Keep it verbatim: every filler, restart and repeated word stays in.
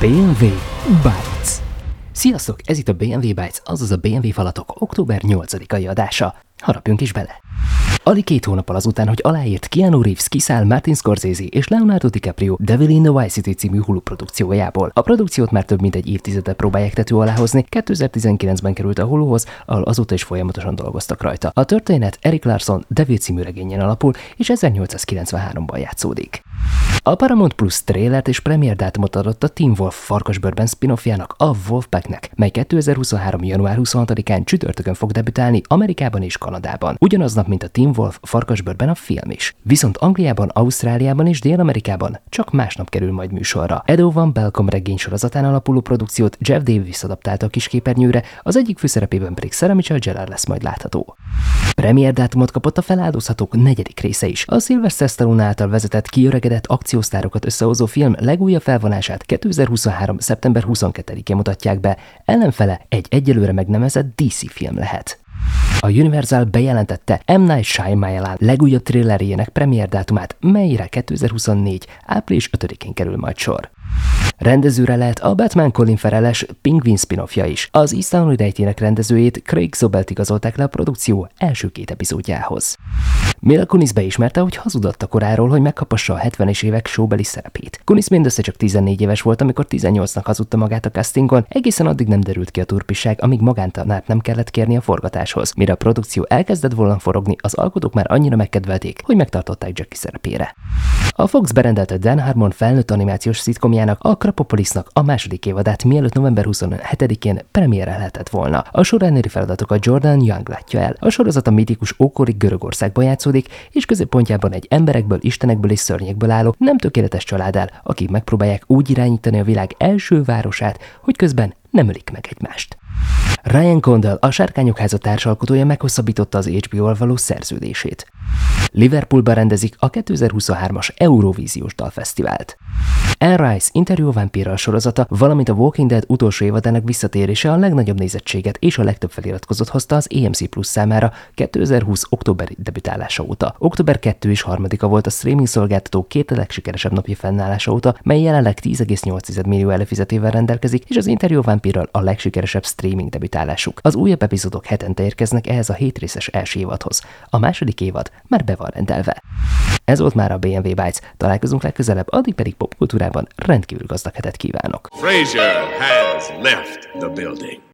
bé em vé Bytes. Sziasztok, ez itt a bé em vé Bytes, azaz a bé em vé falatok október nyolcadikai adása. Harapjunk is bele! Alig két hónappal azután, hogy aláírt, Keanu Reeves kiszáll Martin Scorsese és Leonardo DiCaprio Devil in the Vice City című Hulu produkciójából. A produkciót már több mint egy évtizede próbálják tető alá hozni, kétezer-tizenkilencben került a Huluhoz, ahol azóta is folyamatosan dolgoztak rajta. A történet Erik Larson Devil című regényen alapul, és ezernyolcszázkilencvenháromban játszódik. A Paramount Plus trailert és premier dátumot adott a Teen Wolf farkasbőrben spin-offjának, a Wolfpacknek, mely kétezer-huszonhárom. január huszonhatodikán csütörtökön fog debütálni Amerikában és Kanadában. Ugyanaznap, mint a Teen Wolf farkasbőrben a film is. Viszont Angliában, Ausztráliában és Dél-Amerikában csak másnap kerül majd műsorra. Edo Van Belkom regény sorozatán alapuló produkciót Jeff Davis adaptálta a kisképernyőre, az egyik főszerepében pedig Sarah Michelle Gellar lesz majd látható. Premier dátumot kapott a Feláldozhatók negyedik része is. A Sylvester Stallone által vezetett kiöregedett akciósztárokat összehozó film legújabb felvonását kétezer-huszonhárom. szeptember huszonkettedikén mutatják be, ellenfele egy egyelőre megnevezett dé cé film lehet. A Universal bejelentette M. Night Shyamalan legújabb thrillerjének premier dátumát, melyre kétezer-huszonnégy. április ötödikén kerül majd sor. Rendezőre lehet a Batman Colin Farrell-es Penguin spin-offja is. Az Easttown rejtének rendezőjét, Craig Zobelt igazolták le a produkció első két epizódjához. Mila Kunis beismerte, hogy hazudott a koráról, hogy megkapassa a hetvenes évek showbeli szerepét. Kunis mindössze csak tizennégy éves volt, amikor tizennyolcnak hazudta magát a castingon, egészen addig nem derült ki a turpiság, amíg magántanát nem kellett kérni a forgatáshoz. Mire a produkció elkezdett volna forogni, az alkotók már annyira megkedvelték, hogy megtartották Jackie szerepére. A Fox berendelte Dan Harmon felnőtt animációs szitkomjának, a Krapopolisnak a második évadát, mielőtt november huszonhetedikén premierre lehetett volna. A sorrendéri feladatokat Jordan Young látja el. A sorozat a mítikus ókori Görögországban játszódik, és középpontjában egy emberekből, istenekből és szörnyekből álló, nem tökéletes család áll, akik megpróbálják úgy irányítani a világ első városát, hogy közben nem ölik meg egymást. Ryan Condal, a Sárkányok háza társalkotója meghosszabbította az há bé ó-val való szerződését. Liverpoolban rendezik a kétezer-huszonhármas Eurovíziós Dalfesztivált. Anne Rice interjú a vámpírral sorozata, valamint a Walking Dead utolsó évadának visszatérése a legnagyobb nézettséget és a legtöbb feliratkozót hozta az á em cé Plus számára kétezer-húsz. októberi debütálása óta. október kettő és harmadika volt a streaming szolgáltató két legsikeresebb napja fennállása óta, mely jelenleg tíz egész nyolc millió előfizetével rendelkezik, és az interjú a vámpírral a legsikeresebb streaming debütálásuk. Az újabb epizódok hetente érkeznek ehhez a hétrészes első évadhoz. A második évad már be van rendelve. Ez volt már a bé em vé Bytes. Találkozunk legközelebb, addig pedig popkultúrában rendkívül gazdag hetet kívánok. Frasier has left the building.